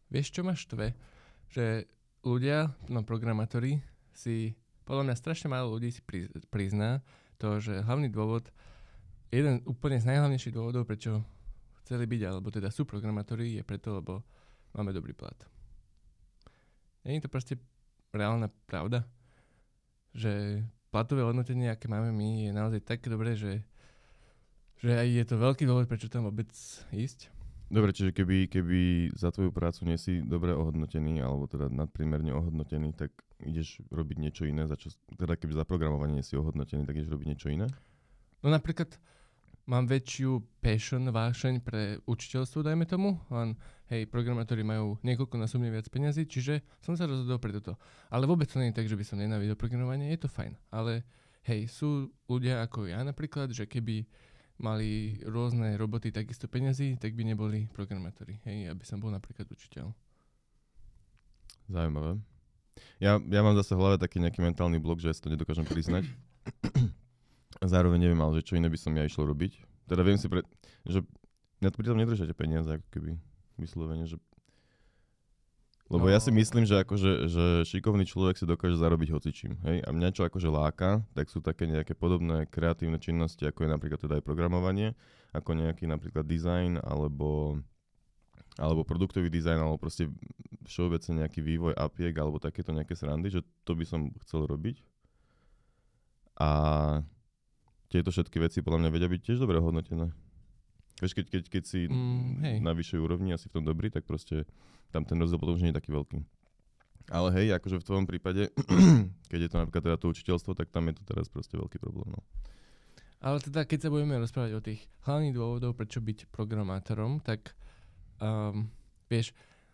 Vieš, čo ma štve? Že ľudia, programátori si, podľa mňa strašne málo ľudí si prizná to, že hlavný dôvod, jeden úplne z najhlavnejších dôvodov, prečo chceli byť, alebo teda sú programátori, je preto, lebo máme dobrý plat. Nie je to proste reálna pravda, že platové hodnotenie, aké máme my, je naozaj tak dobré, že aj je to veľký dôvod, prečo tam vôbec ísť. Dobre, čiže keby za tvoju prácu nie si dobre ohodnotený, alebo teda nadprimerne ohodnotený, tak ideš robiť niečo iné, teda keby za programovanie nie si ohodnotený, tak ideš robiť niečo iné? No napríklad mám väčšiu vášeň pre učiteľstvo, dajme tomu, len hej, programátori majú niekoľkonásobne viac peňazí, čiže som sa rozhodol pre toto. Ale vôbec to nie je tak, že by som nenávidel programovanie, je to fajn. Ale hej, sú ľudia ako ja napríklad, že keby mali rôzne roboty takisto peňazí, tak by neboli programátori. Hej, aby som bol napríklad učiteľ. Zaujímavé. Ja mám zase v hlave taký nejaký mentálny blok, že ja si to nedokážem priznať. Zároveň neviem, ale že čo iné by som ja išiel robiť. Teda viem si, že pri tom nedržate peniaze, ako keby vyslovene, že... Lebo ja si myslím, že že šikovný človek si dokáže zarobiť hocičím. Hej? A mňa čo akože láka, tak sú také nejaké podobné kreatívne činnosti, ako je napríklad teda aj programovanie, ako nejaký napríklad design, alebo produktový dizajn, alebo proste všeobecne nejaký vývoj APIek, alebo takéto nejaké srandy, že to by som chcel robiť. A tieto všetky veci podľa mňa vedia byť tiež dobre hodnotené. Vieš, keď si na vyššej úrovni a si v tom dobrý, tak proste tam ten rozdiel potom už nie je taký veľký. Ale hej, akože v tvojom prípade, keď je to napríklad teda to učiteľstvo, tak tam je to teraz proste veľký problém. No. Ale teda, keď sa budeme rozprávať o tých hlavných dôvodov, prečo byť programátorom, tak vieš,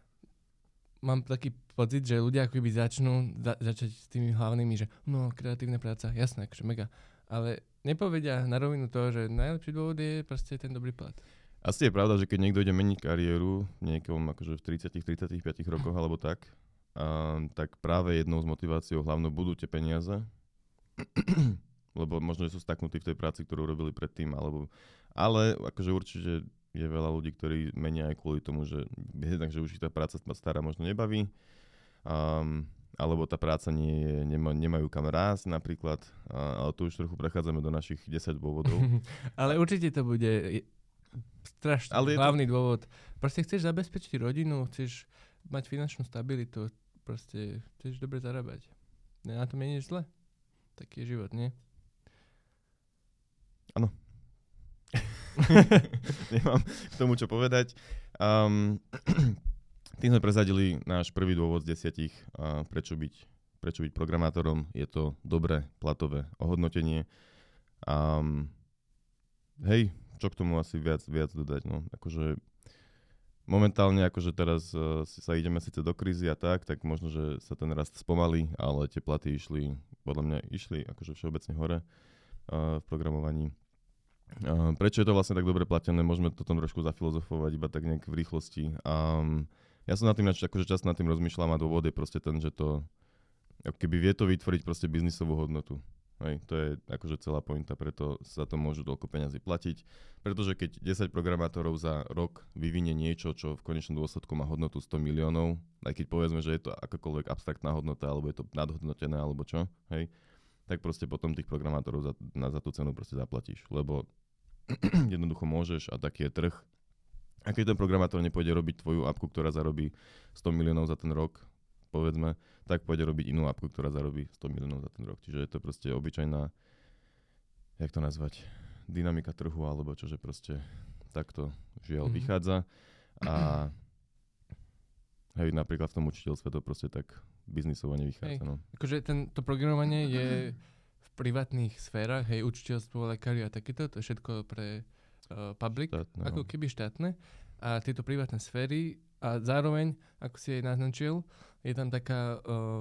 mám taký pocit, že ľudia akoby začnú začať s tými hlavnými, že kreatívna práca, jasné, akože mega. Ale nepovedia na rovinu to, že najlepší dôvod je proste ten dobrý plat. Asi je pravda, že keď niekto ide meniť kariéru niekom akože v 30-35 rokoch alebo tak, tak práve jednou z motiváciou hlavnou budú tie peniaze, lebo možno, že sú staknutí v tej práci, ktorú robili predtým, ale akože určite je veľa ľudí, ktorí menia aj kvôli tomu, že už ich tá práca stará možno nebaví, alebo tá práca nemajú kam rásť napríklad, ale tu už trochu prechádzame do našich 10 dôvodov. Ale určite to bude strašný hlavný dôvod. Proste chceš zabezpečiť rodinu, chceš mať finančnú stabilitu, proste chceš dobre zarábať. Na tom nie je zle. Taký je život, nie? Áno. Nemám k tomu čo povedať. Tým sme prezadili náš prvý dôvod z 10, prečo byť programátorom. Je to dobré platové ohodnotenie. Hej, čo k tomu asi viac dodať. No, akože momentálne, akože teraz sa ideme síce do krízy a tak možno, že sa ten rast spomalí, ale tie platy podľa mňa išli akože všeobecne hore v programovaní. Prečo je to vlastne tak dobre platené? Môžeme to tam trošku zafilozofovať iba tak nejak v rýchlosti. Ja som nad tým akože často nad tým rozmýšľam a dôvod je proste ten, že to keby vie to vytvoriť proste biznisovú hodnotu. Hej, to je akože celá pointa, preto sa to môžu toľko peňazí platiť. Pretože keď 10 programátorov za rok vyvinie niečo, čo v konečnom dôsledku má hodnotu 100 miliónov, aj keď povedzme, že je to akákoľvek abstraktná hodnota, alebo je to nadhodnotené, alebo čo, hej, tak proste potom tých programátorov za tú cenu proste zaplatíš. Lebo jednoducho môžeš a taký je trh. A keď ten programátor nepôjde robiť tvoju appku, ktorá zarobí 100 miliónov za ten rok, povedzme, tak pôjde robiť inú appku, ktorá zarobí 100 miliónov za ten rok. Čiže je to proste obyčajná, jak to nazvať, dynamika trhu, alebo čo, že proste takto žiaľ vychádza. A hej, napríklad v tom učiteľstve to proste tak biznisovo nevychádza. No. Akože to programovanie je v privátnych sférach, hej, učiteľstvo, lekári a takéto, to je všetko pre public, štátne, ako keby štátne. A tieto privátne sféry a zároveň, ako si aj naznačil, je tam taká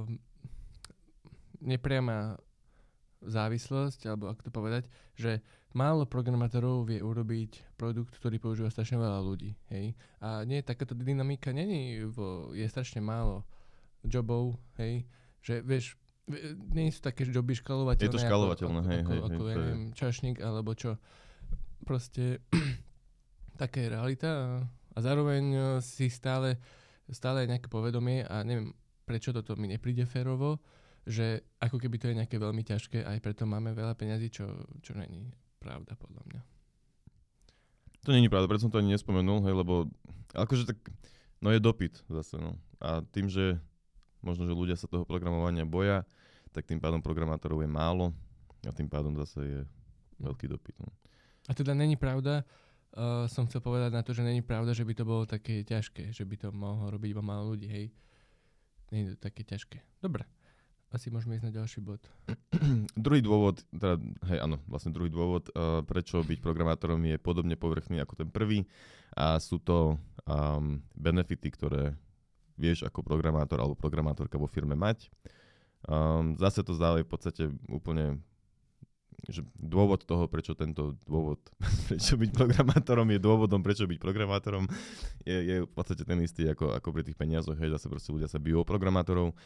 nepriama závislosť, alebo ako to povedať, že málo programátorov vie urobiť produkt, ktorý používa strašne veľa ľudí. Hej? A nie, takáto dynamika je strašne málo jobov, hej, že vieš, nie sú také joby škalovateľné. Je to škalovateľné, ako ja neviem, čašník, alebo čo. Proste taká je realita a zároveň si stále stále je nejaké povedomie a neviem, prečo toto mi nepríde férovo, že ako keby to je nejaké veľmi ťažké, aj preto máme veľa peňazí, čo není pravda podľa mňa. To není pravda, preto som to ani nespomenul, hej, lebo akože tak, no je dopyt zase, no. A tým, že možno, že ľudia sa toho programovania boja, tak tým pádom programátorov je málo a tým pádom zase je veľký dopyt. No. A teda není pravda, som chcel povedať na to, že není pravda, že by to bolo také ťažké, že by to mohlo robiť iba málo ľudí, hej. Nie je to také ťažké. Dobre, asi môžeme ísť na ďalší bod. Druhý dôvod, teda, hej, áno, vlastne druhý dôvod, prečo byť programátorom je podobne povrchný ako ten prvý a sú to benefity, ktoré vieš ako programátor alebo programátorka vo firme mať. Zase to zdále v podstate úplne, že dôvod toho, prečo byť programátorom je dôvodom, prečo byť programátorom, je v podstate ten istý ako pri tých peniazoch, hej, zase proste ľudia sa bijú o programátorov.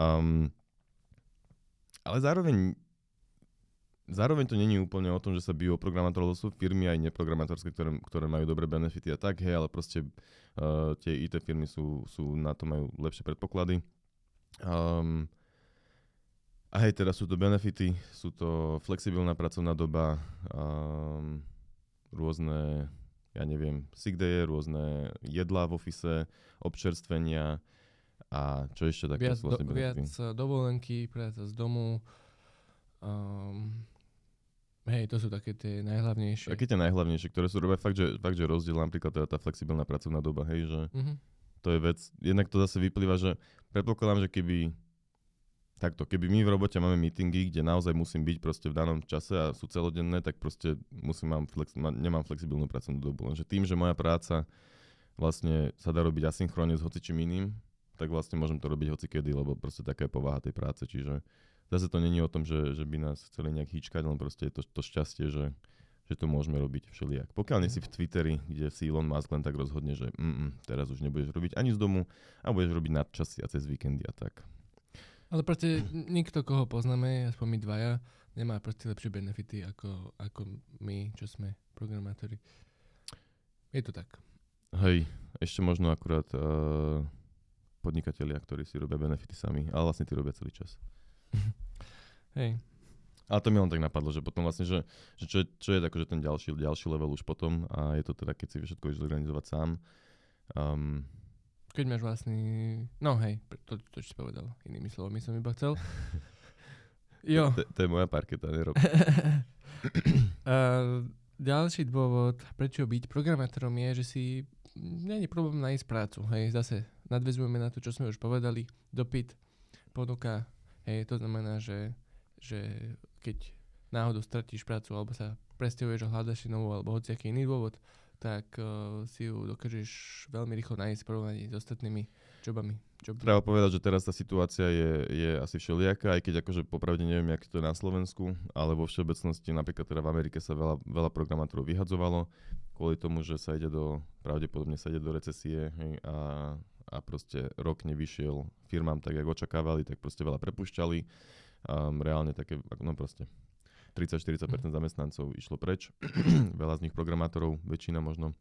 Ale zároveň to není úplne o tom, že sa bijú o programátorov, sú firmy aj neprogramátorské, ktoré majú dobré benefity a tak, hej, ale proste tie IT firmy sú na to majú lepšie predpoklady. A hej, teda sú to benefity, sú to flexibilná pracovná doba, rôzne, ja neviem, sick day, rôzne jedlá v office, občerstvenia a čo ešte také sú vlastne benefity. Viac dovolenky, práca z domu. Hej, to sú také tie najhlavnejšie. Také tie najhlavnejšie, ktoré sú robia fakt, že rozdiel, napríklad teda tá flexibilná pracovná doba, hej, že to je vec. Jednak to zase vyplýva, že predpokladám, že keby my v robote máme meetingy, kde naozaj musím byť proste v danom čase a sú celodenné, tak proste nemám flexibilnú pracovnú dobu. Lenže tým, že moja práca vlastne sa dá robiť asynchronne s hocičím iným, tak vlastne môžem to robiť hocikedy, lebo proste taká je povaha tej práce, čiže zase to není o tom, že by nás chceli nejak hýčkať, len proste je to šťastie, že to môžeme robiť všelijak. Pokiaľ nie si v Twitteri, kde si Elon Musk len tak rozhodne, že teraz už nebudeš robiť ani z domu a budeš robiť nadčasy a cez víkendy a tak. Ale proste nikto, koho poznáme, aspoň my dvaja, nemá proste lepšie benefity ako my, čo sme programátori. Je to tak. Hej, ešte možno akurát podnikatelia, ktorí si robia benefity sami, ale vlastne tí robia celý čas. Hej. Ale to mi len tak napadlo, že potom vlastne, že čo je akože ten ďalší level už potom a je to teda, keď si vieš všetko zorganizovať sám. Keď máš vlastný... No hej, to si povedal. Inými slovami som iba chcel. Jo. To je moja parketa, nerob. Ďalší dôvod, prečo byť programátorom je, že si nie je problém nájsť prácu. Hej, zase nadväzujeme na to, čo sme už povedali. Dopyt, ponuka. Hej, to znamená, že keď náhodou stratíš prácu alebo sa presťahuješ a hľadaš si novú alebo hociaký iný dôvod, tak si ju dokážeš veľmi rýchlo nájsť v porovnaní s ostatnými jobami. Treba povedať, že teraz tá situácia je asi všelijaká, aj keď akože popravde neviem, jak to je na Slovensku, ale vo všeobecnosti napríklad teda v Amerike sa veľa programátorov vyhadzovalo kvôli tomu, že pravdepodobne sa ide do recesie, hej, a proste rok nevyšiel firmám tak, jak očakávali, tak proste veľa prepúšťali. Reálne také, no proste 30-40% zamestnancov išlo preč. Veľa z nich programátorov, väčšina možno.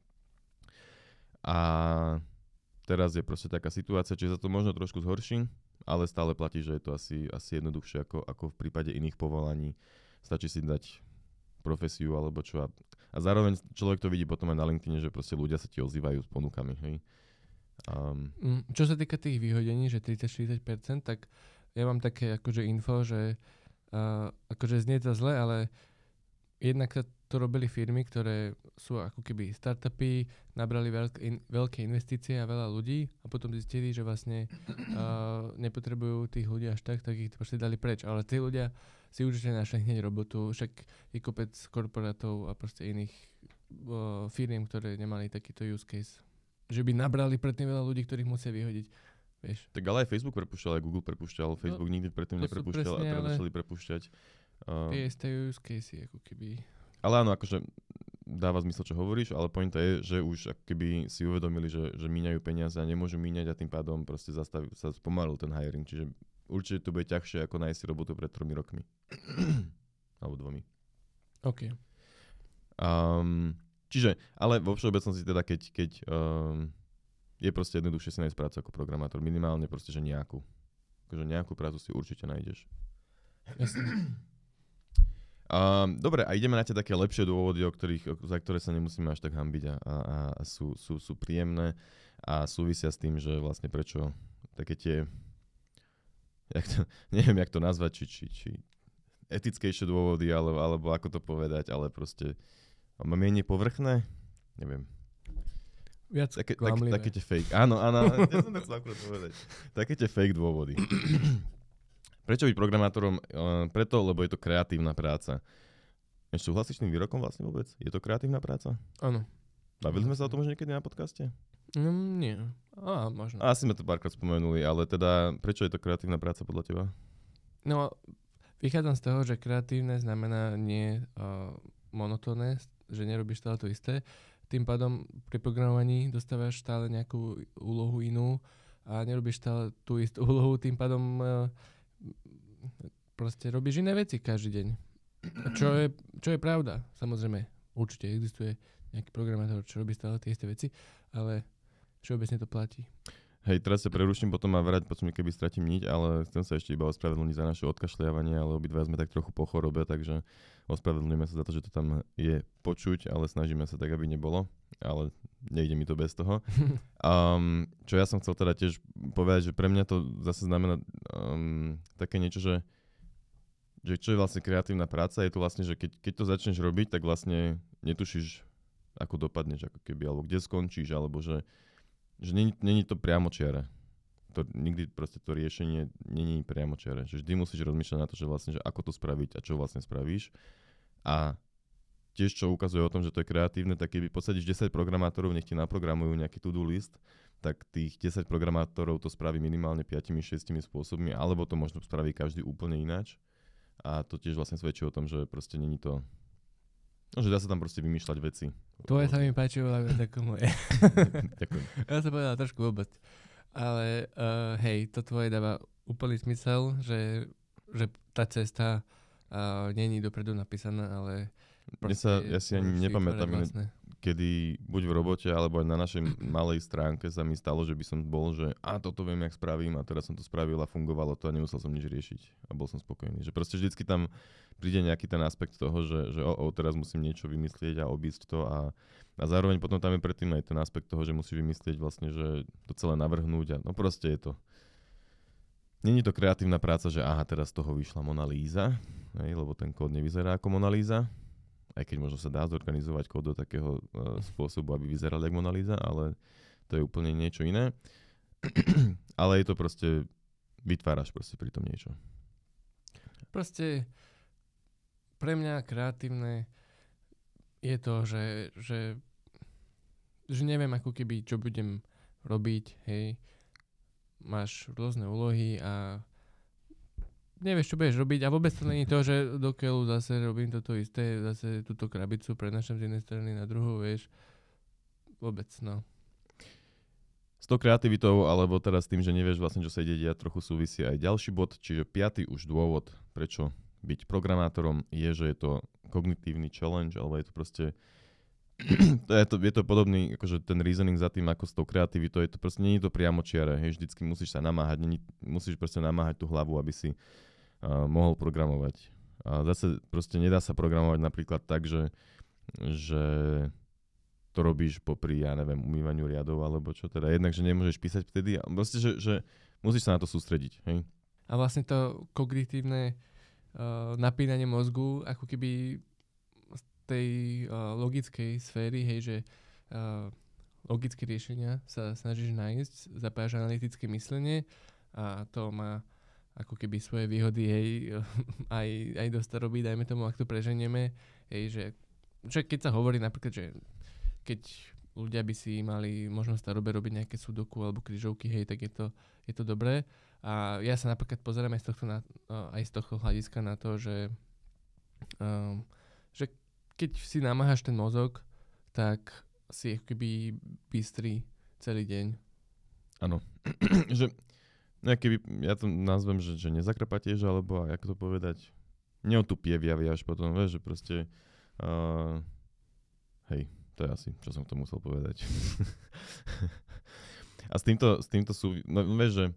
A teraz je proste taká situácia, čiže sa to možno trošku zhorší, ale stále platí, že je to asi jednoduchšie ako v prípade iných povolaní. Stačí si dať profesiu alebo čo. A zároveň človek to vidí potom aj na LinkedIne, že proste ľudia sa ti ozývajú s ponukami, hej. Čo sa týka tých vyhodení, že 30-40%, tak ja mám také akože info, že akože znie to zle, ale jednak sa to robili firmy, ktoré sú ako keby startupy, nabrali veľké investície a veľa ľudí a potom zistili, že vlastne nepotrebujú tých ľudí až tak ich proste dali preč. Ale tí ľudia si určite našli hneď robotu, však je kopec korporátov a proste iných firiem, ktoré nemali takýto use case. Že by nabrali predtým veľa ľudí, ktorých musia vyhodiť. Vieš. Tak ale aj Facebook prepúšťal, aj Google prepúšťal, Facebook nikdy predtým neprepúšťal a teraz začali prepúšťať. Tie isté use casey, ako keby. Ale áno, akože dáva zmysel, čo hovoríš, ale pointa je, že už ako keby si uvedomili, že míňajú peniaze a nemôžu míňať a tým pádom proste sa spomalil ten hiring, čiže určite to bude ťažšie ako nájsť si robotu pred 3 rokmi. Alebo 2. OK. Čiže, ale vo všeobecnosti teda, keď je proste jednoduchšie si nájsť prácu ako programátor. Minimálne proste, že nejakú. Akože nejakú prácu si určite nájdeš. Dobre, a ideme na tie také lepšie dôvody, za ktoré sa nemusíme až tak hanbiť a sú príjemné a súvisia s tým, že vlastne prečo také tie, neviem, jak to nazvať, či etickejšie dôvody, alebo ako to povedať, ale proste menej povrchné, neviem. Viac také tie fake. Áno, ja som to chcel akurát povedať. Také tie fake dôvody. Prečo byť programátorom? Preto, lebo je to kreatívna práca. Ešte súhlasíš s tým výrokom vlastne vôbec? Je to kreatívna práca? Áno. Bavili sme sa o tom už niekedy na podcaste? Nie. Možno. Asi sme to párkrát spomenuli, ale teda prečo je to kreatívna práca podľa teba? No, vychádzam z toho, že kreatívne znamená nie monotónne, že nerobíš stále to isté. Tým pádom pri programovaní dostávaš stále nejakú úlohu inú a nerobíš stále tú istú úlohu, tým pádom proste robíš iné veci každý deň. Čo je pravda, samozrejme. Určite existuje nejaký programátor, čo robí stále tie isté veci, ale všeobecne to platí. Hej, teraz sa preruším, potom ma vrať, potom keby stratím niť, ale chcem sa ešte iba ospravedlniť za naše odkašľiavanie, ale obidva sme tak trochu po chorobe, takže ospravedlňujeme sa za to, že to tam je počuť, ale snažíme sa tak, aby nebolo, ale nejde mi to bez toho. Čo ja som chcel teda tiež povedať, že pre mňa to zase znamená také niečo, že čo je vlastne kreatívna práca, je to vlastne, že keď to začneš robiť, tak vlastne netušíš, ako dopadneš, ako keby, alebo kde skončíš, alebo že není to priamočiare. Nikdy proste to riešenie není priamočiare. Že vždy musíš rozmýšľať na to, že vlastne, že ako to spraviť a čo vlastne spravíš. A tiež, čo ukazuje o tom, že to je kreatívne, tak keby posadíš 10 programátorov, nech ti naprogramujú nejaký to-do list, tak tých 10 programátorov to spraví minimálne 5-6 spôsobmi, alebo to možno spraví každý úplne ináč. A to tiež vlastne svedčí o tom, že proste není to... No, že dá sa tam proste vymýšľať veci. Tvoje sa mi páči veľa ako moje. Ďakujem. Ja som povedal trošku vôbec. Ale hej, to tvoje dáva úplný smysel, že tá cesta není dopredu napísaná, ale ja si ani nepamätám, kedy buď v robote, alebo aj na našej malej stránke sa mi stalo, že by som bol, že toto viem, jak spravím a teraz som to spravil a fungovalo to a nemusel som nič riešiť a bol som spokojný. Že proste vždycky tam príde nejaký ten aspekt toho, že teraz musím niečo vymyslieť a obísť to a zároveň potom tam je predtým aj ten aspekt toho, že musíš vymyslieť vlastne, že to celé navrhnúť a no proste je to. Není to kreatívna práca, že teraz z toho vyšla Mona Lisa, lebo ten kód nevyzerá ako Mona Lisa. Aj keď možno sa dá zorganizovať kód do takého spôsobu, aby vyzeral jak Mona Lisa, ale to je úplne niečo iné. Ale je to proste, vytváraš proste pri tom niečo. Proste pre mňa kreatívne je to, že neviem ako keby, čo budem robiť, hej. Máš rôzne úlohy a nevieš, čo budeš robiť a vôbec to není to, že dokiaľ zase robím toto isté, zase túto krabicu prenašam z jednej strany na druhú, vieš. Vôbec, no. S tou kreativitou, alebo teraz s tým, že nevieš vlastne, čo sa ide diať, trochu súvisí aj ďalší bod, čiže 5. už dôvod, prečo byť programátorom, je, že je to kognitívny challenge, alebo je to proste je to podobný, akože ten reasoning za tým, ako s tou kreativitou, je to proste, nie je to priamočiare, hej, vždycky musíš sa namáhať, musíš proste namáhať tú hlavu, aby si mohol programovať. A zase proste nedá sa programovať napríklad tak, že to robíš popri, ja neviem, umývaniu riadov, alebo čo teda, jednak, že nemôžeš písať vtedy, proste, že musíš sa na to sústrediť, hej. A vlastne to kognitívne napínanie mozgu, ako keby tej logickej sféry, hej, že logické riešenia sa snažíš nájsť, zapájaš analytické myslenie a to má ako keby svoje výhody, hej, aj dosť to robí, dajme tomu, ak to preženieme, hej, že keď sa hovorí napríklad, že keď ľudia by si mali možnosť starobe robiť nejaké sudoku alebo križovky, hej, tak je to dobré. A ja sa napríklad pozerám aj z tohto hľadiska na to, že keď si namáhaš ten mozog, tak si keby bystrý celý deň. Áno. Že keby, ja to nazvem, že nezakrapatieš, alebo ako to povedať, neotupieviaš potom, vieš, že proste hej, to je asi, čo som to musel povedať. A s týmto sú, no vieš, že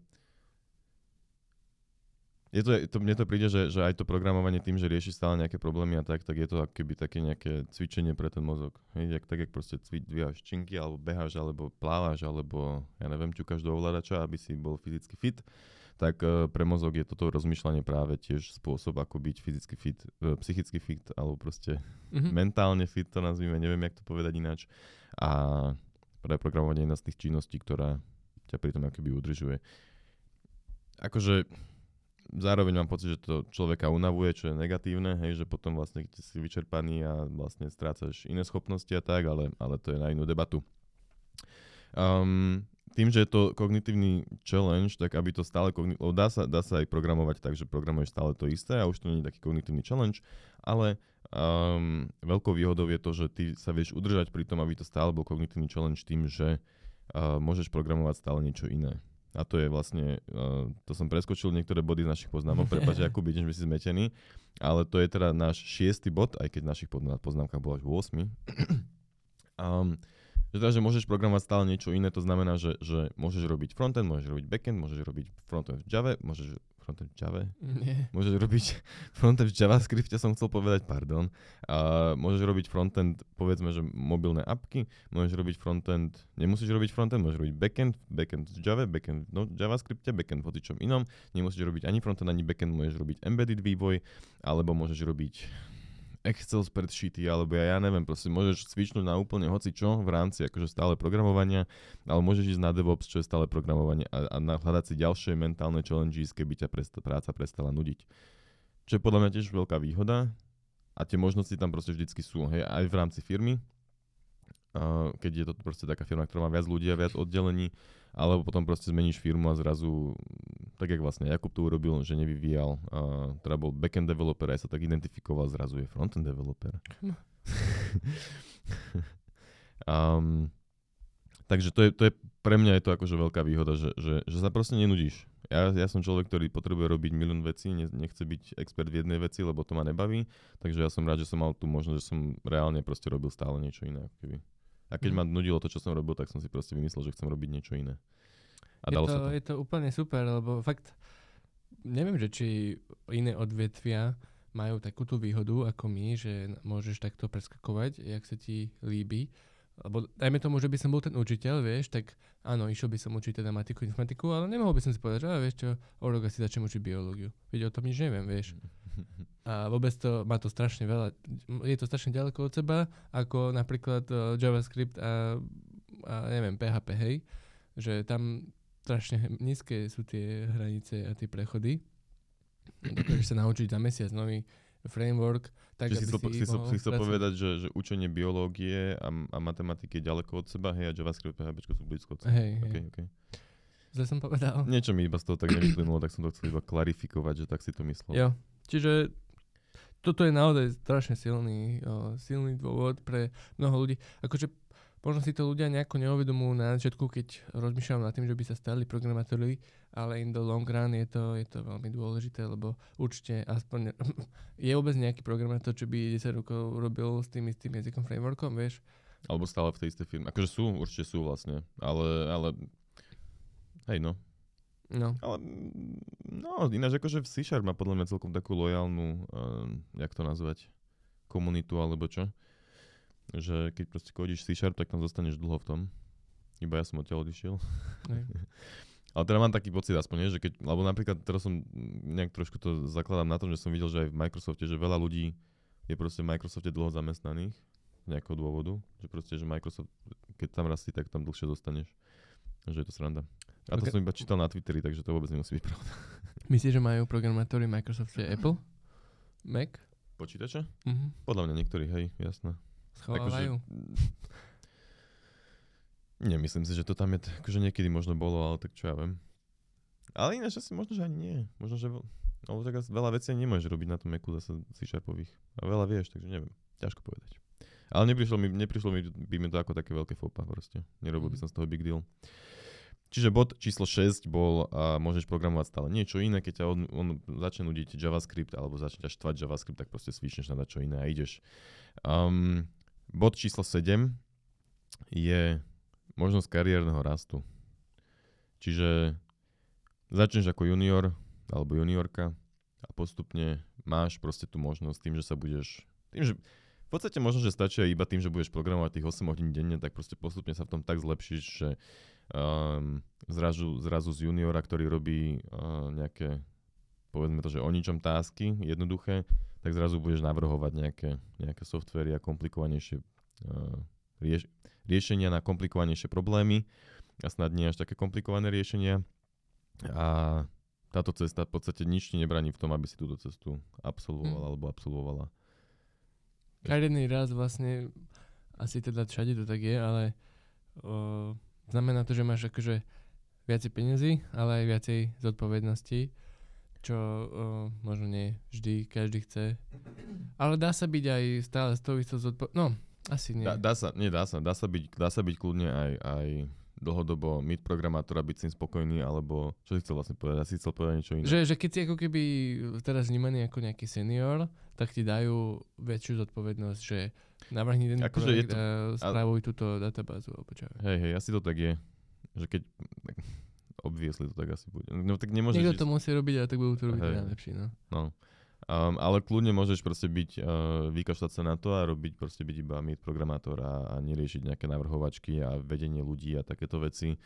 mne to príde, že aj to programovanie tým, že rieši stále nejaké problémy a tak je to akoby také nejaké cvičenie pre ten mozog. Hej, tak jak proste dvíhaš činky, alebo beháš, alebo plávaš, alebo ja neviem, ťukáš do ovládača, aby si bol fyzicky fit, tak pre mozog je toto rozmýšľanie práve tiež spôsob, ako byť fyzicky fit, psychicky fit, alebo proste mentálne fit, to nazvime, neviem, jak to povedať ináč. A pre programovanie je jedna z tých činností, ktorá ťa pri tom akoby udržuje. Akože zároveň mám pocit, že to človeka unavuje, čo je negatívne, hej, že potom vlastne keď si vyčerpaný a vlastne strácaš iné schopnosti a tak, ale to je na inú debatu. Tým, že je to kognitívny challenge, tak aby to stále dá sa aj programovať tak, že programuješ stále to isté a už to nie je taký kognitívny challenge, ale veľkou výhodou je to, že ty sa vieš udržať pri tom, aby to stále bol kognitívny challenge tým, že môžeš programovať stále niečo iné. A to je vlastne, to som preskočil niektoré body z našich poznámok, prepáč, Jakub, vidím, že by si zmetený, ale to je teda náš 6. bod, aj keď v našich poznámkach bolo až 8. Že môžeš programovať stále niečo iné, to znamená, že môžeš robiť frontend, môžeš robiť backend, môžeš robiť frontend v Java, môžeš robiť frontend v JavaScripte, som chcel povedať, pardon. Môžeš robiť frontend, povedzme, že mobilné apky, môžeš robiť frontend, nemusíš robiť frontend, môžeš robiť backend v Java, backend v JavaScripte, backend v hocičom inom, nemusíš robiť ani frontend, ani backend, môžeš robiť embedded vývoj, alebo môžeš robiť Excel spreadsheety, alebo ja neviem, proste môžeš switchnúť na úplne hocičo v rámci akože stále programovania, ale môžeš ísť na DevOps, čo je stále programovanie a hľadať si ďalšie mentálne challenges, keby ťa práca prestala nudiť. Čo je podľa mňa tiež veľká výhoda a tie možnosti tam proste vždycky sú, hej, aj v rámci firmy, keď je to proste taká firma, ktorá má viac ľudí a viac oddelení, alebo potom proste zmeníš firmu a zrazu, tak jak vlastne Jakub to urobil, že nevyvíjal, teda bol backend developer a sa tak identifikoval, zrazu je frontend developer. Takže to je pre mňa je to akože veľká výhoda, že sa proste nenudíš. Ja som človek, ktorý potrebuje robiť milión vecí, nechce byť expert v jednej veci, lebo to ma nebaví, takže ja som rád, že som mal tú možnosť, že som reálne proste robil stále niečo iné. Ako keby. A keď ma nudilo to, čo som robil, tak som si proste vymyslel, že chcem robiť niečo iné. A dalo sa to. Je to úplne super, lebo fakt neviem, že či iné odvetvia majú takú tú výhodu ako my, že môžeš takto preskakovať, jak sa ti líbi. Lebo dajme tomu, že by som bol ten učiteľ, vieš, tak áno, išiel by som učiť teda matiku, informatiku, ale nemohol by som si povedať, že vieš čo, o rok asi začnem učiť biológiu. Veď o tom nič neviem, vieš. A vôbec má to strašne veľa, je to strašne ďaleko od seba, ako napríklad JavaScript a neviem, PHP, hej, že tam strašne nízke sú tie hranice a tie prechody. Dokážeš sa naučiť za mesiac nový framework, tak aby si chcel povedať, že učenie biológie a matematiky je ďaleko od seba, hej, a JavaScript a PHP sú blízko od seba. Hej. Okay. Zle som povedal. Niečo mi iba z toho tak nevyplynulo, tak som to chcel iba klarifikovať, že tak si to myslel. Jo, čiže toto je naozaj strašne silný dôvod pre mnoho ľudí. Akože možno si to ľudia nejako neuvedomujú na začiatku, keď rozmýšľam nad tým, že by sa stali programátori, ale in the long run je to veľmi dôležité, lebo určite aspoň je vôbec nejaký programátor, čo by 10 rokov robil s tým istým jazykom frameworkom, vieš? Alebo stále v tej istej firme. Akože určite sú vlastne, ale hej no. No. Ale ináč akože v C# má podľa mňa celkom takú lojálnu, jak to nazvať, komunitu alebo čo. Že keď proste kodíš C#, tak tam zostaneš dlho v tom. Iba ja som odtiaľ odišiel. Ale teda mám taký pocit aspoň, že keď, lebo napríklad teraz som nejak trošku to zakladám na tom, že som videl, že aj v Microsofte, že veľa ľudí je proste v Microsofte dlho zamestnaných z nejakého dôvodu. Že proste, že Microsoft, keď tam rastí, tak tam dlhšie zostaneš. Že je to sranda. A to som iba čítal na Twitteri, takže to vôbec nemusí byť pravda. Myslíš, že majú programátori Microsofte Apple? Mac? Počítače? Podľa mňa niektorí, hej, jasné. Schovávajú? Nemyslím si, že to tam je, akože niekedy možno bolo, ale tak čo ja viem. Ale ináč asi možno, že ani nie. Možno, že ale tak veľa vecí nemôžeš robiť na tom Macu zase C-sharpových. A veľa vieš, takže neviem. Ťažko povedať. Ale neprišlo by mi to ako také veľké fópa proste. Nerobil by som z toho big deal. Čiže bod číslo 6 bol, môžeš programovať stále niečo iné, keď ťa on začne nudiť JavaScript alebo začne ťa štvať JavaScript, tak proste switchneš na čo iné a ideš. Bod číslo 7 je možnosť kariérneho rastu. Čiže začneš ako junior alebo juniorka a postupne máš proste tú možnosť tým, že sa budeš... v podstate možno, že stačí aj iba tým, že budeš programovať tých 8 hodín denne, tak proste postupne sa v tom tak zlepšíš, že zrazu z juniora, ktorý robí nejaké, povedzme to, že o ničom tasky, jednoduché, tak zrazu budeš navrhovať nejaké softvery a komplikovanejšie riešenia na komplikovanejšie problémy a snad nie až také komplikované riešenia. A táto cesta v podstate nič ti nebráni v tom, aby si túto cestu absolvoval alebo absolvovala. Kariérny rast vlastne, asi teda všade to tak je, ale znamená to, že máš akože viacej peniazy, ale aj viacej zodpovedností, čo možno nie vždy každý chce. Ale dá sa byť aj stále s tou istou zodpovednosťou. No, asi nie. Dá sa byť kľudne aj dlhodobo mid programátor a byť s tým spokojný, alebo čo si chcel vlastne povedať? Asi chcel povedať niečo iné. Že keď si ako keby teraz vnímaný ako nejaký senior, tak ti dajú väčšiu zodpovednosť, že navrhni ten projekt a správuj túto databázu. Hej, asi to tak je. Že keď... obviesli to tak asi bude. No tak nemôžeš... Niekto to musí robiť, ale tak budú to robiť najlepší, no. Ale kľudne môžeš proste byť, vykašľať sa na to a byť iba mid programátor a neriešiť nejaké navrhovačky a vedenie ľudí a takéto veci.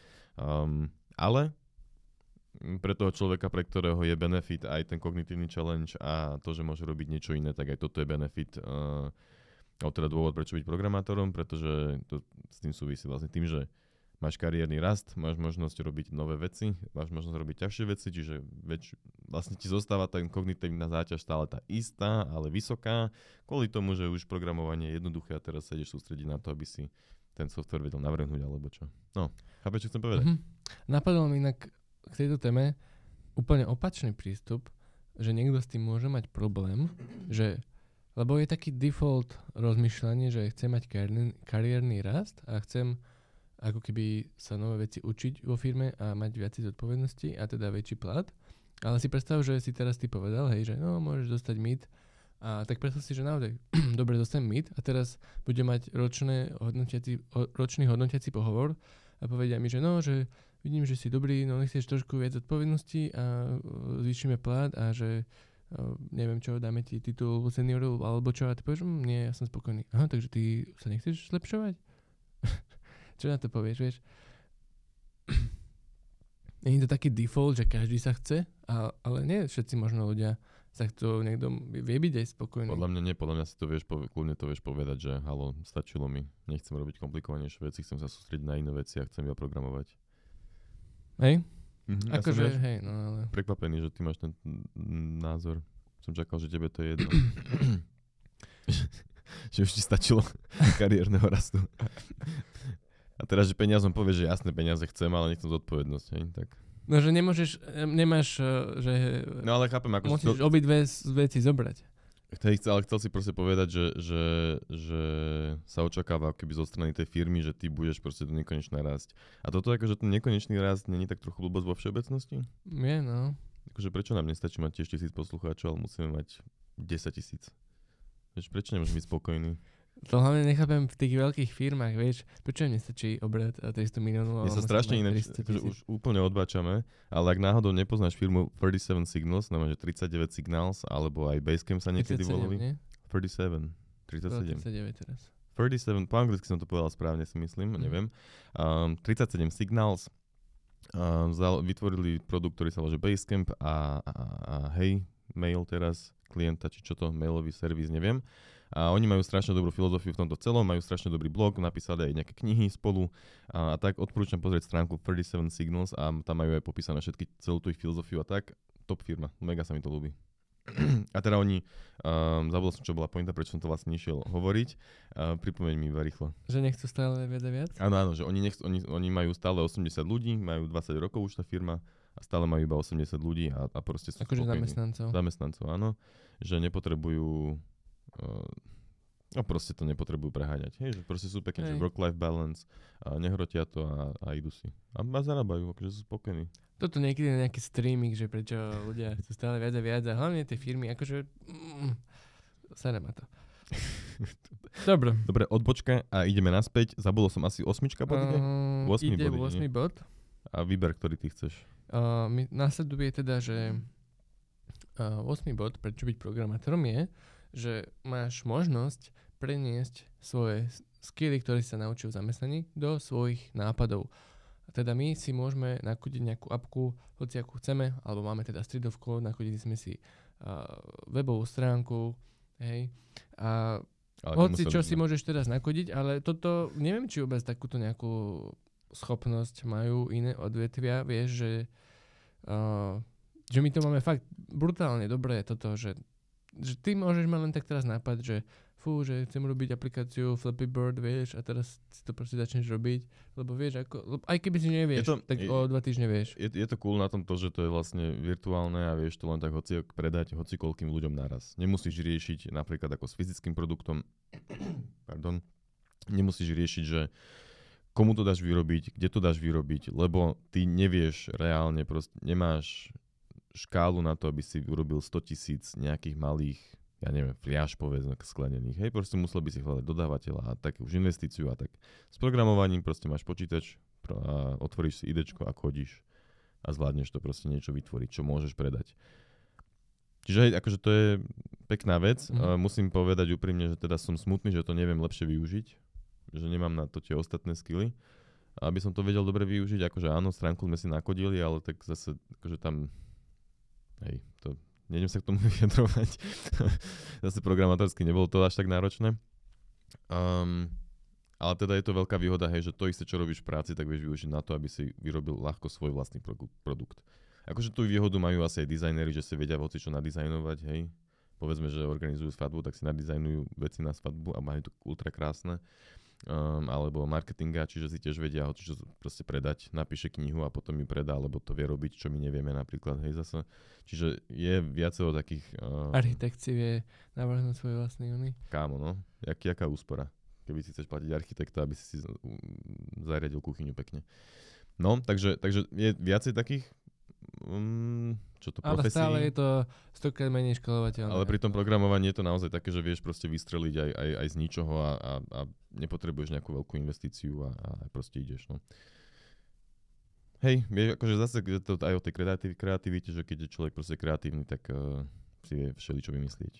Ale pre toho človeka, pre ktorého je benefit aj ten kognitívny challenge a to, že môže robiť niečo iné, tak aj toto je benefit, teda dôvod, prečo byť programátorom, pretože to s tým súvisí vlastne tým, že máš kariérny rast, máš možnosť robiť nové veci, máš možnosť robiť ťažšie veci, čiže vlastne ti zostáva tá kognitívna záťaž stále tá istá, ale vysoká, kvôli tomu, že už programovanie je jednoduché a teraz sa ideš sústrediť na to, aby si ten software vedel navrhnúť alebo čo. No, chápeš, čo chcem povedať? Napadlo mi inak k tejto téme úplne opačný prístup, že niekto s tým môže mať problém, že lebo je taký default rozmýšľanie, že chcem mať kariérny rast a chcem ako keby sa nové veci učiť vo firme a mať viacej zodpovednosti a teda väčší plat. Ale si predstav, že si teraz ty povedal, hej, že no, môžeš dostať mid a tak predstav si, že naozaj dobre dostanem mid a teraz budem mať ročný hodnotiaci pohovor a povedia mi, že no, že vidím, že si dobrý, no nechceš trošku viac zodpovednosti a zvýšime plat a že neviem čo, dáme ti titul senioru alebo čo a ty povieš, nie, ja som spokojný. Aha, takže ty sa nechceš zlepšovať? Čo na to povieš, vieš? Nie je to taký default, že každý sa chce, ale nie všetci možno ľudia sa chcú, niekto vie byť aj spokojný. Podľa mňa si to kľudne to vieš povedať, že halo, stačilo mi, nechcem robiť komplikovanejšie veci, chcem sa sústrediť na iné veci a chcem iba programovať. Hej? Akože, hej, no ale... Prekvapený, že ty máš ten názor. Som čakal, že tebe to je jedno. Že už ti stačilo kariérneho rastu. A teraz, že peniazom povieš, že jasné peniaze chcem, ale nechcem zodpovednosť, hej, tak... No, že nemáš, že... No, ale chápem, ako... Musíš obidve veci zobrať. Ale chcel si proste povedať, že sa očakáva keby zo strany tej firmy, že ty budeš proste do nekonečna rásť. A toto akože ten nekonečný rast není tak trochu blbosť vo všeobecnosti? Je, no. Akože prečo nám nestačí mať tiež 1000 poslucháčov, ale musíme mať 10 000? Prečo nemôžem byť spokojný? To hlavne nechápem v tých veľkých firmách, vieš, prečo im nestačí obrat 300 miliónov. Mne sa strašne iné, že už úplne odbáčame, ale ak náhodou nepoznáš firmu 37 Signals, znamená, že 39 Signals, alebo aj Basecamp sa niekedy volali. 37 teraz. 37, po anglicky som to povedal správne, si myslím, neviem. 37 Signals vytvorili produkt, ktorý sa volá Basecamp a hej, mail teraz, klienta, či čo to, mailový servis, neviem. A oni majú strašne dobrú filozofiu v tomto celom, majú strašne dobrý blog, napísali aj nejaké knihy spolu a tak odporúčam pozrieť stránku 37 Signals a tam majú aj popísané celú tú ich filozofiu a tak. Top firma, mega sa mi to ľúbi. A teda oni, zabudol som, čo bola pointa, prečo som to vlastne išiel hovoriť, pripomeň mi iba rýchlo. Že nechcú stále viac a viac? Áno, že oni majú stále 80 ľudí, majú 20 rokov už tá firma a stále majú iba 80 ľudí a proste sú akože spokojní. Zamestnancov, áno. Že nepotrebujú proste to nepotrebujú preháňať. Hej, že proste sú pekne, že work-life balance, nehrotia to a idú si. A zarábajú, akože sú spokojní. Toto niekedy je nejaký streaming, že prečo ľudia chcú stále viac a viac a hlavne tie firmy, akože sere ma to. Dobre, odbočka a ideme naspäť. Zabudol som asi 8 bod ide? 8 ide bod. 8 bod. A výber, ktorý ty chceš. Následuje teda, že 8. bod, prečo byť programátorom je, že máš možnosť preniesť svoje skilly, ktoré si sa naučil v zamestnaní, do svojich nápadov. Teda my si môžeme nakúdiť nejakú apku, hoci akú chceme, alebo máme teda stredovku, nakúdili sme si webovú stránku, hej. A hoci čo si môžeš teraz nakúdiť, ale toto, neviem, či vôbec takúto nejakú schopnosť majú iné odvetvia, vieš, že my to máme fakt brutálne dobré toto, že ty môžeš mať len tak teraz nápad, že že chcem robiť aplikáciu Flappy Bird, vieš, a teraz si to proste začneš robiť, lebo vieš, aj keby si nevieš, tak o 2 týždne vieš. Je to cool na tom to, že to je vlastne virtuálne a vieš to len tak predať hocikoľkým ľuďom naraz. Nemusíš riešiť napríklad ako s fyzickým produktom, nemusíš riešiť, že komu to dáš vyrobiť, kde to dáš vyrobiť, lebo ty nevieš reálne, proste nemáš škálu na to, aby si urobil 100 000 nejakých malých, ja neviem, fliaš povedzme sklenených. Hej, proste musel by si hľadať dodávateľa a tak už investíciu a tak. S programovaním proste máš počítač a otvoríš si idečko a chodíš a zvládneš to proste niečo vytvoriť, čo môžeš predať. Čiže hej, akože to je pekná vec. Musím povedať úprimne, že teda som smutný, že to neviem lepšie využiť, že nemám na to tie ostatné skilly. A aby som to vedel dobre využiť, akože áno, stránku sme si nakodili, ale tak zase akože tam hej, to nejdem sa k tomu vyjadrovať. Zase programátorsky nebolo to až tak náročné. Ale teda je to veľká výhoda, hej, že to isté, čo robíš v práci, tak vieš využiť na to, aby si vyrobil ľahko svoj vlastný produkt. Akože tú výhodu majú asi aj dizajneri, že si vedia hocičo nadizajnovať, hej. Povedzme, že organizujú svadbu, tak si nadizajnujú veci na svadbu a majú to ultra krásne. Alebo marketinga, čiže si tiež vedia čo proste predať, napíše knihu a potom ju predá, alebo to vie robiť, čo my nevieme napríklad, hej zase. Čiže je viacero takých... Architekt si vie navrhnúť svoj vlastný uny. Kámo, no. Jaká úspora, keby si chceš platiť architekta, aby si zariadil kuchyňu pekne. No, takže je viacej takých čo to profesí. Ale stále je to stokrát menej škalovateľné. Ale pri tom programovaní je to naozaj také, že vieš proste vystreliť aj z ničoho a nepotrebuješ nejakú veľkú investíciu a proste ideš, no. Hej, vieš, akože zase je to aj o tej kreativite, že keď je človek proste kreatívny, tak si vie všeličo vymyslieť.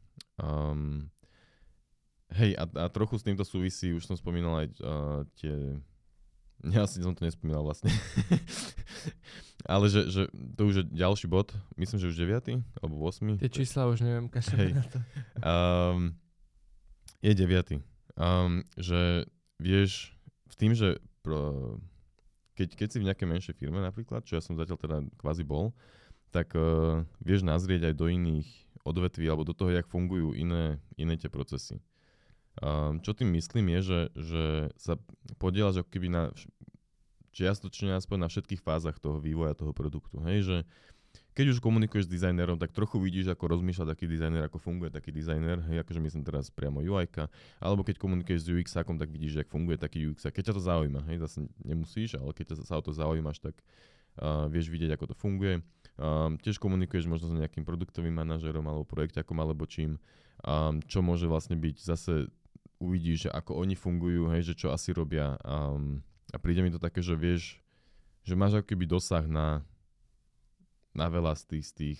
Hej, a trochu s týmto súvisí, už som spomínal aj tie... Ja si som to nespomínal vlastne. Ale že to už je ďalší bod, myslím, že už 9. alebo 8. Tie čísla už neviem, kašľať na to. Je 9. Že vieš, v tým, že keď si v nejakej menšej firme napríklad, čo ja som zatiaľ teda kvázi bol, tak vieš nazrieť aj do iných odvetví alebo do toho, jak fungujú iné tie procesy. Čo tým myslím je, že sa podieľaš ako keby čiastočne aspoň na všetkých fázach toho vývoja toho produktu. Hej, že keď už komunikuješ s dizajnerom, tak trochu vidíš, ako rozmýšľa taký dizajner, ako funguje taký dizajner, hej, akože myslím teraz priamo UI-ka, alebo keď komunikuješ s UX-ákom, tak vidíš, jak funguje taký UX-ák. Keď ťa to zaujíma, hej, zase nemusíš, ale keď sa o to zaujímaš, tak vieš vidieť, ako to funguje. Tiež komunikuješ možno s nejakým produktovým manažerom alebo projekťakom alebo čím, čo môže vlastne byť zase uvidíš, že ako oni fungujú, hej, že čo asi robia a príde mi to také, že vieš, že máš ako keby dosah na veľa z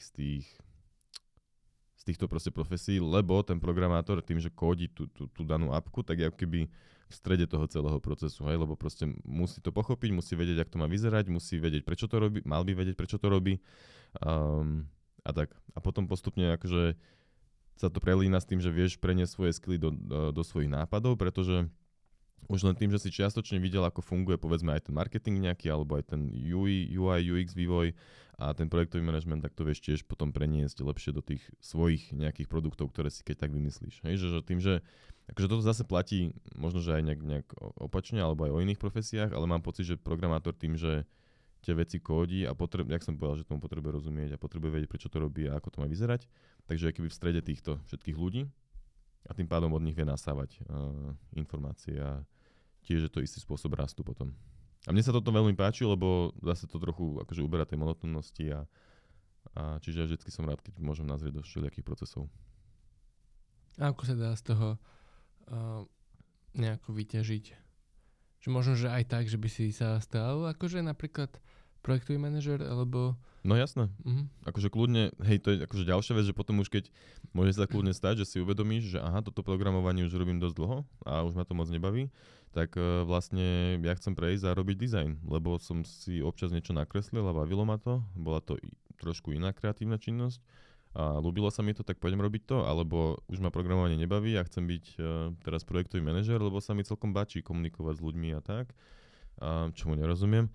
týchto proste profesí, lebo ten programátor tým, že kódi tú danú apku, tak je ako keby v strede toho celého procesu, hej, lebo proste musí to pochopiť, musí vedieť, ako to má vyzerať, musí vedieť, prečo to robí, mal by vedieť, prečo to robí a tak. A potom postupne akože sa to prelína s tým, že vieš preniesť svoje skilly do svojich nápadov, pretože už len tým, že si čiastočne videl, ako funguje povedzme aj ten marketing nejaký, alebo aj ten UI, UX vývoj a ten projektový manažment, tak to vieš tiež potom preniesť lepšie do tých svojich nejakých produktov, ktoré si keď tak vymyslíš. Hej, že tým, že akože toto zase platí možno, že aj nejak opačne, alebo aj o iných profesiách, ale mám pocit, že programátor tým, že tie veci kódi a jak som povedal, že tomu potrebuje rozumieť a potrebuje vedieť, prečo to robí a ako to má vyzerať. Takže akýby v strede týchto všetkých ľudí a tým pádom od nich vie nasávať informácie a tiež je to istý spôsob rastu potom. A mne sa toto veľmi páči, lebo zase to trochu akože uberá tej monotónnosti a čiže ja vždycky som rád, keď môžem nazrieť do všelijakých procesov. A ako sa dá z toho nejako vyťažiť? Že možno, že aj tak, že by si sa stal akože napríklad projektový manažer, alebo... No jasné. Akože kľudne, hej, to je akože ďalšia vec, že potom už keď môže sa kľudne stať, že si uvedomíš, že aha, toto programovanie už robím dosť dlho a už ma to moc nebaví, tak vlastne ja chcem prejsť a robiť dizajn, lebo som si občas niečo nakreslil a bavilo ma to, bola to trošku iná kreatívna činnosť a ľúbilo sa mi to, tak poďme robiť to, alebo už ma programovanie nebaví a chcem byť teraz projektový manažer, lebo sa mi celkom páči komunikovať s ľuďmi a tak, čomu nerozumiem.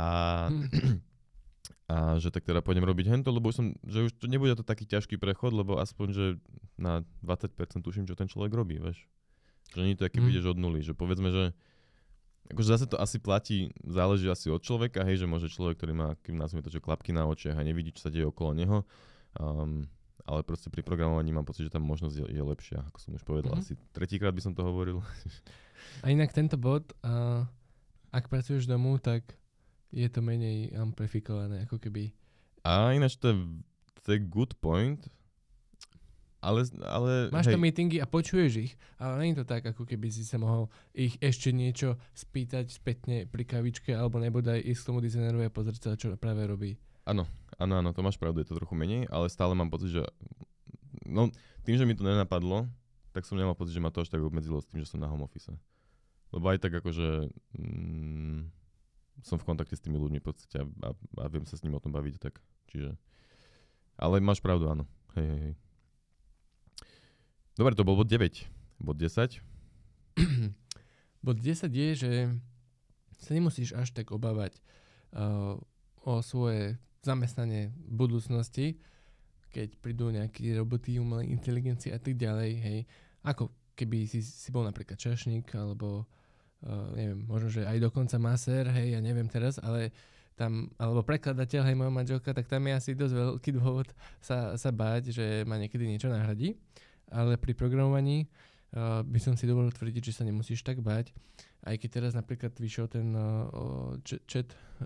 A že tak teda pôjdem robiť hento, lebo že už to nebude to taký ťažký prechod, lebo aspoň, že na 20% tuším, čo ten človek robí, vieš. Že nie to, keď ideš od nuly, že povedzme, že akože zase to asi platí, záleží asi od človeka, hej, že môže človek, ktorý má, kým nazvime to, že klapky na očiach a nevidí, čo sa deje okolo neho, ale proste pri programovaní mám pocit, že tam možnosť je lepšia, ako som už povedal, asi tretíkrát by som to hovoril. A inak tento bod, ak pracuješ domu, tak je to menej amplifikované, ako keby. A ináč to je good point, ale máš tam meetingy a počuješ ich, ale nie je to tak, ako keby si sa mohol ich ešte niečo spýtať spätne pri kavičke, alebo nebodaj ísť k tomu dizajnerovi a pozrieť sa, čo práve robí. Áno, to máš pravdu, je to trochu menej, ale stále mám pocit, že no, tým, že mi to nenapadlo, tak som nemal pocit, že ma to až tak obmedzilo s tým, že som na home office. Lebo aj tak akože som v kontakte s tými ľuďmi v podstate a viem sa s nimi o tom baviť, tak čiže... Ale máš pravdu, áno. Hej. Dobre, to bol bod 9. Bod 10? Bod 10 je, že sa nemusíš až tak obávať o svoje zamestnanie v budúcnosti, keď prídu nejaké roboty, umelé inteligencie a tak ďalej, hej. Ako keby si bol napríklad čašník, alebo neviem, možno, že aj dokonca masér, hej, ja neviem teraz, ale tam, alebo prekladateľ, hej, moja manželka, tak tam je asi dosť veľký dôvod sa báť, že ma niekedy niečo nahradí. Ale pri programovaní by som si dovolil tvrdiť, že sa nemusíš tak báť. Aj keď teraz napríklad vyšiel ten chat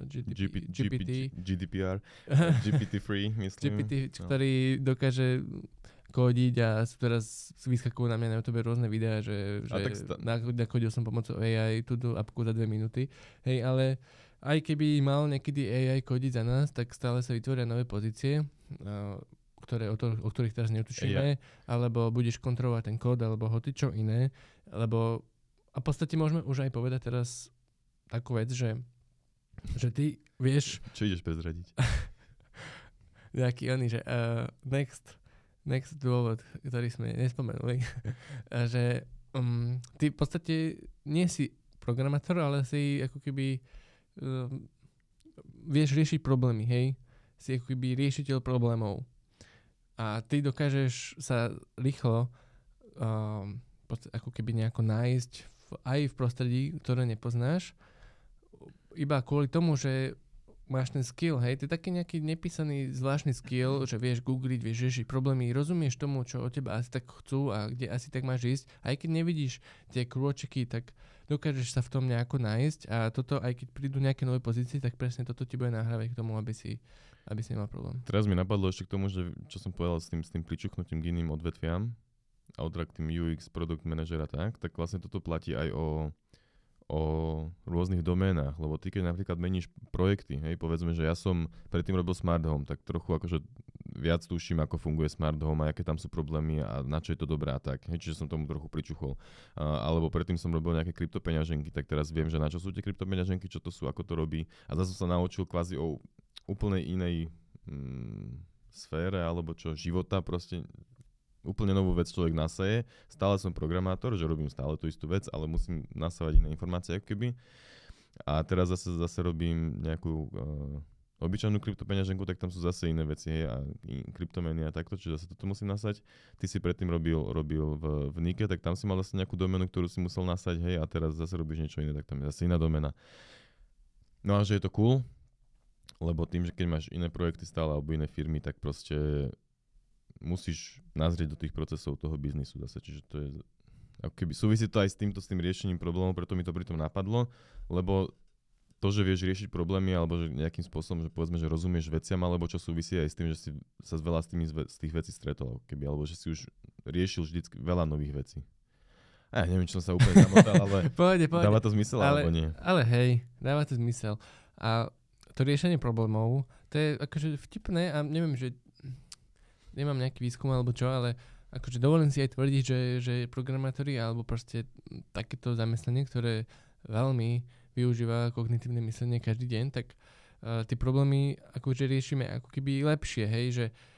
GPT. GDPR, GPT-3, myslím. GPT, ktorý dokáže kódiť a teraz vyskakujú na mňa na YouTube rôzne videá, že nakodil som pomocou AI túto apku za 2 minúty. Hej, ale aj keby mal niekedy AI kódiť za nás, tak stále sa vytvoria nové pozície, o ktorých teraz netušíme, alebo budeš kontrolovať ten kód, alebo hocičo iné, lebo a v podstate môžeme už aj povedať teraz takú vec, že ty vieš... Čo ideš prezradiť? Nejaký oný, že next dôvod, ktorý sme nespomenuli, že ty v podstate nie si programátor, ale si ako keby vieš riešiť problémy, hej? Si ako keby riešiteľ problémov. A ty dokážeš sa rýchlo ako keby nejako nájsť aj v prostredí, ktoré nepoznáš, iba kvôli tomu, že máš ten skill, hej, to je taký nejaký nepísaný zvláštny skill, že vieš googliť, vieš riešiť problémy, rozumieš tomu, čo od teba asi tak chcú a kde asi tak máš ísť. Aj keď nevidíš tie krôčiky, tak dokážeš sa v tom nejako nájsť a toto, aj keď prídu nejaké nové pozície, tak presne toto ti bude nahrávať k tomu, aby si nemal problém. Teraz mi napadlo ešte k tomu, že čo som povedal s tým pričuchnutím k iným odvetviam a k tým UX, product manažera tak vlastne toto platí aj o rôznych doménach, lebo ty keď napríklad meníš projekty, hej, povedzme, že ja som predtým robil smart home, tak trochu akože viac tuším, ako funguje smart home a aké tam sú problémy a na čo je to dobré a tak, hej, čiže som tomu trochu pričuchol. Alebo predtým som robil nejaké kryptopeňaženky, tak teraz viem, že na čo sú tie kryptopeňaženky, čo to sú, ako to robí a zase som sa naučil kvázi o úplnej inej sfére alebo čo, života proste. Úplne novú vec človek nasaje. Stále som programátor, že robím stále tú istú vec, ale musím nasávať iné informácie ako keby. A teraz zase robím nejakú obyčajnú kryptopeňaženku, tak tam sú zase iné veci, hej, a kryptomeny a takto, čiže zase toto musím nasať. Ty si predtým robil v Nike, tak tam si mal zase nejakú doménu, ktorú si musel nasať, hej, a teraz zase robíš niečo iné, tak tam je zase iná doména. No a že je to cool, lebo tým, že keď máš iné projekty stále alebo iné firmy, tak proste musíš nazrieť do tých procesov toho biznisu zase, čiže to je ako keby súvisí to aj s tým riešením problémov, preto mi to pritom napadlo, lebo to, že vieš riešiť problémy alebo že nejakým spôsobom, že povedzme, že rozumieš veciam, alebo čo súvisí aj s tým, že si sa veľa z tých vecí stretol, keby, alebo že si už riešil vždycky veľa nových vecí. Ja neviem, čo som sa úplne zamotal, ale Pohode. dáva to zmysel, alebo nie? Ale hej, dáva to zmysel. A to riešenie problémov, to je akože vtipné a neviem, že nemám nejaký výskum alebo čo, ale akože dovolím si aj tvrdiť, že programátori alebo proste takéto zamestnanie, ktoré veľmi využíva kognitívne myslenie každý deň, tak tie problémy akože riešime ako keby lepšie, hej,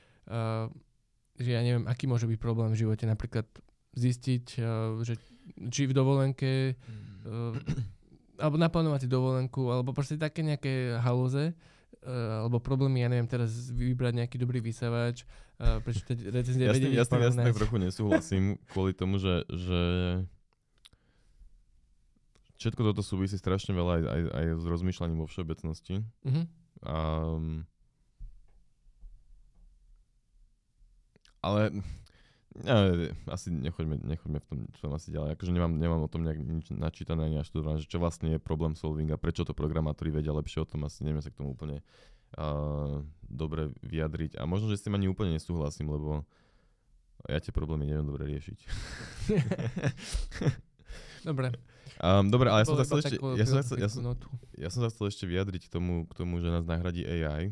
že ja neviem, aký môže byť problém v živote, napríklad zistiť, že či v dovolenke alebo naplánovať si dovolenku, alebo proste také nejaké halúze, alebo problémy, ja neviem, teraz vybrať nejaký dobrý vysávač, prečítať recenzie, vedieť ich porovnať. Ja s tým trochu nesúhlasím kvôli tomu, že všetko toto súvisí strašne veľa aj s rozmýšľaním vo všeobecnosti. Ale asi nechoďme v tom asi ďalej. Akože nemám o tom nejak nič načítané ani naštudované, že čo vlastne je problem solving a prečo to programátori vedia lepšie o tom, asi neviem sa k tomu úplne dobre vyjadriť. A možno, že s tým ani úplne nesúhlasím, lebo ja tie problémy neviem dobre riešiť. Dobre. Dobre, ale ja som sa chcel ešte vyjadriť k tomu, že nás nahradí AI.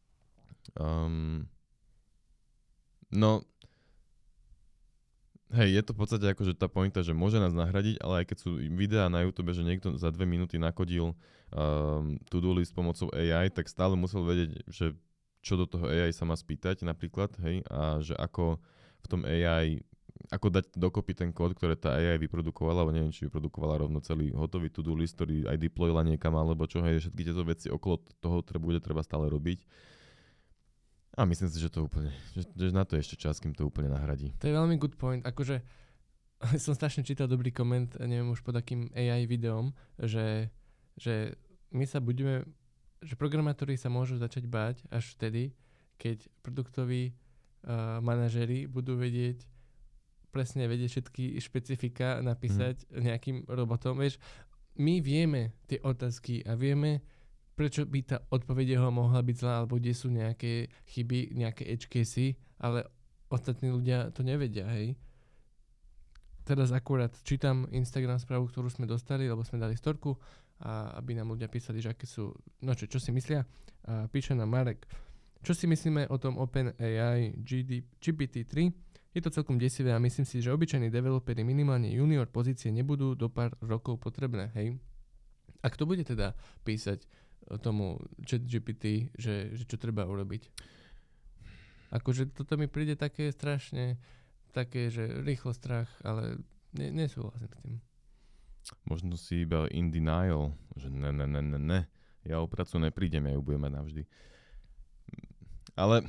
Hej, je to v podstate akože tá pointa, že môže nás nahradiť, ale aj keď sú videá na YouTube, že niekto za 2 minúty nakodil to-do list pomocou AI, tak stále musel vedieť, že čo do toho AI sa má spýtať napríklad, hej, a že ako v tom AI, ako dať dokopy ten kód, ktoré tá AI vyprodukovala, alebo neviem, či vyprodukovala rovno celý hotový to-do list, ktorý aj deployla niekam, alebo čo, hej, všetky tieto veci okolo toho bude treba stále robiť. A myslím si, že to úplne, že na to je ešte čas, kým to úplne nahradí. To je veľmi good point. Akože som strašne čítal dobrý koment, neviem už pod akým AI videom, že my sa že programátori sa môžu začať báť až vtedy, keď produktoví manažéri budú presne vedieť všetky špecifika napísať nejakým robotom. Vieš, my vieme tie otázky a vieme, prečo by tá odpoveď jeho mohla byť zlá, alebo kde sú nejaké chyby, nejaké edge casey, ale ostatní ľudia to nevedia, hej. Teraz akurát čítam Instagram správu, ktorú sme dostali, lebo sme dali storku, a aby nám ľudia písali, že aké sú, čo si myslia. A píše nám Marek, čo si myslíme o tom OpenAI GPT-3? Je to celkom desivé a myslím si, že obyčajní developeri minimálne junior pozície nebudú do pár rokov potrebné, hej. A kto bude teda písať tomu ChatGPT, že čo treba urobiť? Akože toto mi príde také strašne, také, že rýchlo strach, ale nesúhlasím s tým. Možno si iba in denial, že ne. Ja o prácu neprídem, ja ju budem mať navždy. Ale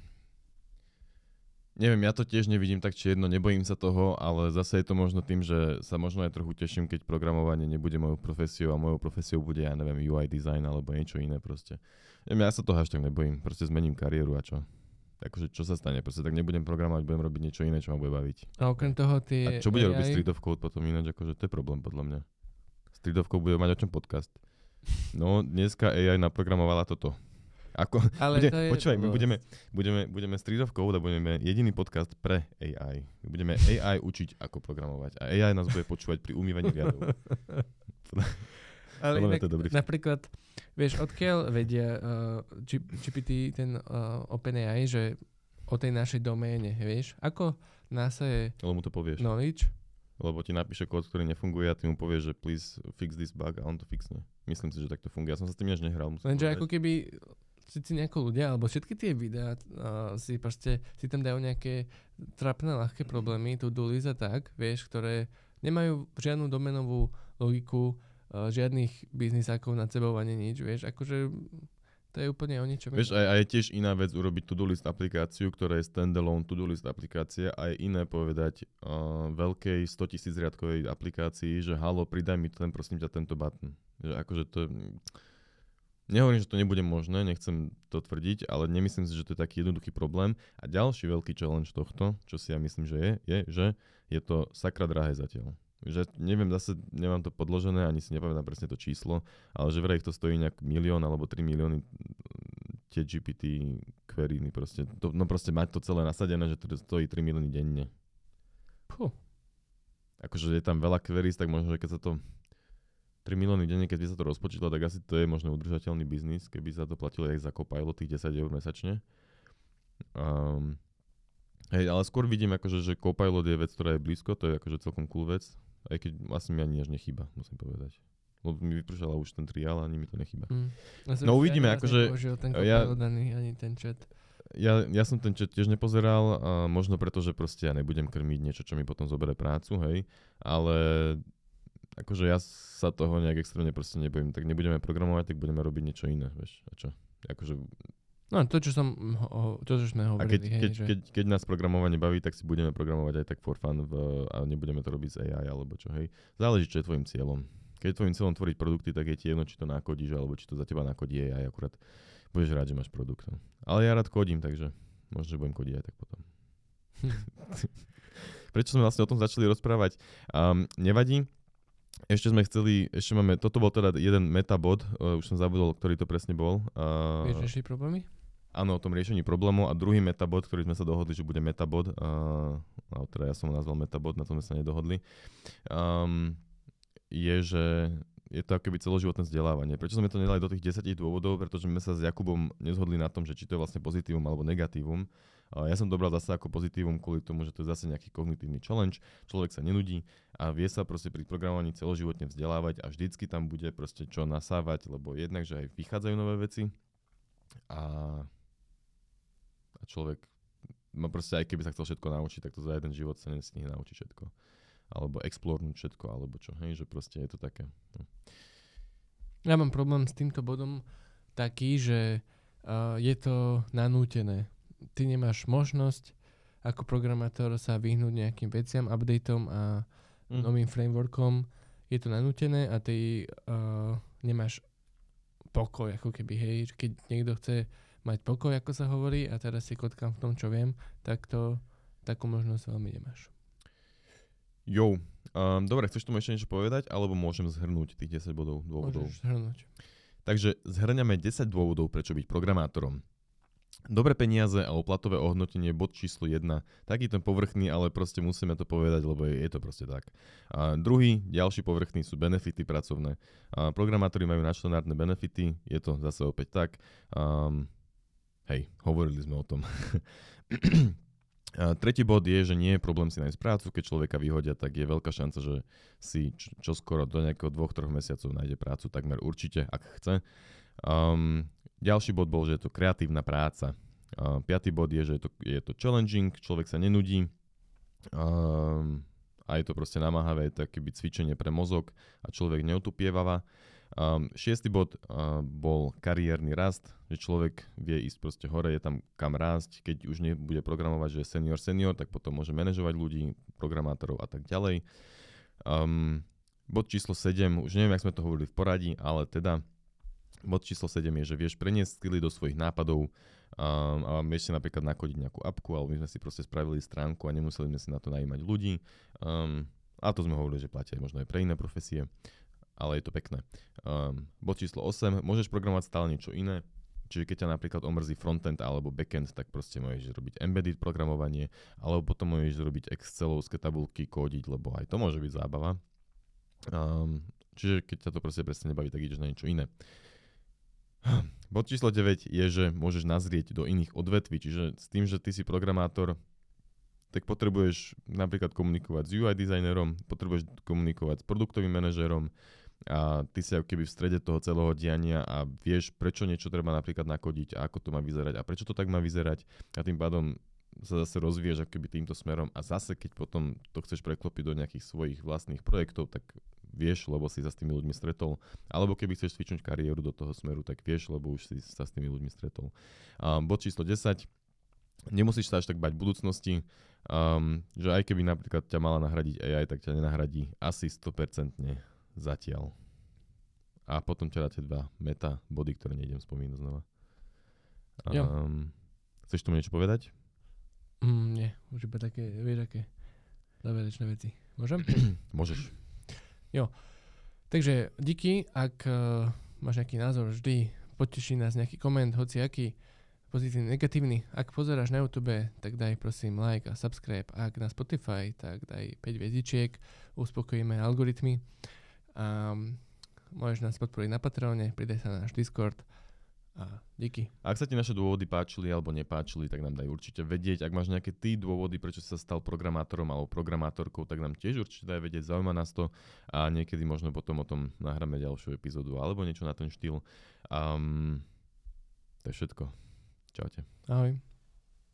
neviem, ja to tiež nevidím tak čierno, nebojím sa toho, ale zase je to možno tým, že sa možno aj trochu teším, keď programovanie nebude mojou profesiou a mojou profesiou bude, ja neviem, UI design alebo niečo iné proste. Neviem, ja sa toho až tak nebojím, proste zmením kariéru a čo. Akože čo sa stane, proste tak nebudem programovať, budem robiť niečo iné, čo ma bude baviť. A okrem toho A čo bude robiť Street of Code potom ináč, akože to je problém podľa mňa. Street of Code bude mať o čom podcast. No, dneska AI naprogramovala toto. Počúvaj, my budeme Street of Code a budeme jediný podcast pre AI. My budeme AI učiť, ako programovať. A AI nás bude počúvať pri umývaní riadov. Ale inak, napríklad, vieš, odkiaľ vedia GPT, ten OpenAI, že o tej našej doméne, vieš? Ako NASA je lebo mu to povieš. Knowledge? Lebo ti napíše kód, ktorý nefunguje a ty mu povieš, že please fix this bug a on to fixne. Myslím si, že tak to funguje. Ja som sa s tým než nehral. Lenže ako keby si nejako ľudia, alebo všetky tie videá si tam dajú nejaké trapné, ľahké problémy, to-do list a tak, vieš, ktoré nemajú žiadnu domenovú logiku, žiadnych biznisákov nad sebou ani nič, vieš, akože to je úplne o ničom. Vieš, a je tiež iná vec urobiť to-do list aplikáciu, ktorá je standalone to-do list aplikácia, a je iné povedať veľkej 100 000 riadkovej aplikácii, že halo, pridaj mi ten, prosím ťa, tento button. Že akože to nehovorím, že to nebude možné, nechcem to tvrdiť, ale nemyslím si, že to je taký jednoduchý problém. A ďalší veľký challenge tohto, čo si ja myslím, že je, že je to sakra drahé zatiaľ. Že neviem, zase nemám to podložené, ani si nepamätám presne to číslo, ale že vraj to stojí nejak 1 milión alebo 3 milióny tie GPT query, proste mať to celé nasadené, že to stojí 3 milióny denne. Puh. akože je tam veľa queries, tak možno, že keď sa to 3 milióny denne, keď by sa to rozpočítalo, tak asi to je možno udržateľný biznis, keby sa to platilo aj za Copilot tých 10 eur mesačne. Hej, ale skôr vidím akože, že Copilot je vec, ktorá je blízko, to je akože celkom cool vec, aj keď asi mi ani až nechýba, musím povedať. Lebo mi vypršala už ten triál a ani mi to nechýba. No uvidíme, akože... Ten Copilot ani ten chat. Ja som ten chat tiež nepozeral, možno preto, že proste ja nebudem krmiť niečo, čo mi potom zoberie prácu, hej, ale akože ja sa toho nejak extrémne proste nebojím, tak nebudeme programovať, tak budeme robiť niečo iné, vieš, a čo? Akože... No to, čo sme hovorili, keď nás programovanie baví, tak si budeme programovať aj tak for fun a nebudeme to robiť z AI alebo čo, hej. Záleží, čo je tvojim cieľom. Keď je tvojim cieľom tvoriť produkty, tak je ti jedno, či to nakodíš, alebo či to za teba nakodí AI, akurát budeš rád, že máš produkt. No. Ale ja rád kodím, takže možno, že budem kodiť aj tak potom. Prečo sme vlastne o tom začali rozprávať? Nevadí. Ešte máme, toto bol teda jeden metabod, už som zabudol, ktorý to presne bol. Riešili problémy? Áno, o tom riešení problémov a druhý metabod, ktorý sme sa dohodli, že bude metabod, teda ja som ho nazval metabod, na tom sme sa nedohodli, je, že je to akoby celoživotné vzdelávanie. Prečo sme to nedali do tých 10 dôvodov? Pretože sme sa s Jakubom nezhodli na tom, že či to je vlastne pozitívum alebo negatívum. Ja som dobral zase ako pozitívum kvôli tomu, že to je zase nejaký kognitívny challenge, človek sa nenudí a vie sa proste pri programovaní celoživotne vzdelávať a vždycky tam bude proste čo nasávať, lebo jednak, že aj vychádzajú nové veci a človek má proste, aj keby sa chcel všetko naučiť, tak to za jeden život sa nesmie naučiť všetko. Alebo explornúť všetko, alebo čo, hej, že proste je to také. No. Ja mám problém s týmto bodom taký, že je to nanútené. Ty nemáš možnosť ako programátor sa vyhnúť nejakým veciam, updateom a novým frameworkom. Je to nanútené a ty nemáš pokoj, ako keby, hej, keď niekto chce mať pokoj, ako sa hovorí, a teraz si kotkám v tom, čo viem, tak to takú možnosť veľmi nemáš. Dobre, chceš tomu ešte niečo povedať, alebo môžem zhrnúť tých 10 dôvodov? Môžeš zhrnúť. Takže zhrňame 10 dôvodov, prečo byť programátorom. Dobré peniaze a platové ohodnotenie, bod číslo 1. Taký ten povrchný, ale proste musíme to povedať, lebo je to proste tak. Druhý, ďalší povrchný sú benefity pracovné. Programátori majú načlenárne benefity, je to zase opäť tak. Hovorili sme o tom. Tretí bod je, že nie je problém si nájsť prácu, keď človeka vyhodia, tak je veľká šanca, že si čoskoro do nejakého 2-3 mesiacov nájde prácu, takmer určite, ak chce. Ďalší bod bol, že je to kreatívna práca. Piatý bod je, že je to challenging, človek sa nenudí a je to proste namáhavé, je to akoby cvičenie pre mozog a človek neotupievava. Šiestý bod bol kariérny rast, že človek vie ísť proste hore, je tam kam rásť, keď už nebude programovať, že je senior, tak potom môže manažovať ľudí, programátorov a tak ďalej. Bod číslo 7, už neviem, jak sme to hovorili v poradí, ale teda bod číslo 7 je, že vieš preniesť skilly do svojich nápadov a vieš si napríklad nakodiť nejakú apku, alebo my sme si proste spravili stránku a nemuseli sme si na to najímať ľudí. A to sme hovorili, že platia možno aj pre iné profesie, ale je to pekné. Bod číslo 8, môžeš programovať stále niečo iné, čiže keď ťa napríklad omrzí frontend alebo backend, tak proste môžeš robiť embedded programovanie, alebo potom môžeš robiť excelovské tabulky, kódiť, lebo aj to môže byť zábava. Čiže keď ťa to proste presne nebaví, tak ideš na niečo iné. Bod číslo 9 je, že môžeš nazrieť do iných odvetví, čiže s tým, že ty si programátor, tak potrebuješ napríklad komunikovať s UI dizajnerom, potrebuješ komunikovať s produktovým manažérom a ty si ako keby v strede toho celého diania a vieš, prečo niečo treba napríklad nakodiť a ako to má vyzerať a prečo to tak má vyzerať a tým pádom sa zase rozvíjaš ako keby týmto smerom a zase keď potom to chceš preklopiť do nejakých svojich vlastných projektov, tak vieš, lebo si sa s tými ľuďmi stretol. Alebo keby chceš cvičnúť kariéru do toho smeru, tak vieš, lebo už si sa s tými ľuďmi stretol. Bod číslo 10. Nemusíš sa až tak bať budúcnosti, že aj keby napríklad ťa mala nahradiť AI, tak ťa nenahradí asi 100% zatiaľ. A potom ťa dáte 2 meta body, ktoré nejdem spomínať znova. Chceš tomu niečo povedať? Nie, už iba také, vieš, aké záverečné veci. Môžem? Môžeš. Jo, takže díky, ak máš nejaký názor, vždy poteší nás nejaký koment, hociaký, pozitívny, negatívny. Ak pozeráš na YouTube, tak daj prosím like a subscribe. Ak na Spotify, tak daj 5 hviezdičiek, uspokojíme algoritmy. A môžeš nás podporiť na Patreone, pridaj sa na náš Discord. A díky. Ak sa ti naše dôvody páčili alebo nepáčili, tak nám daj určite vedieť. Ak máš nejaké dôvody, prečo si sa stal programátorom alebo programátorkou, tak nám tiež určite daj vedieť, zaujíma nás to a niekedy možno potom o tom nahráme ďalšiu epizódu alebo niečo na ten štýl. To je všetko. Čaute. Ahoj.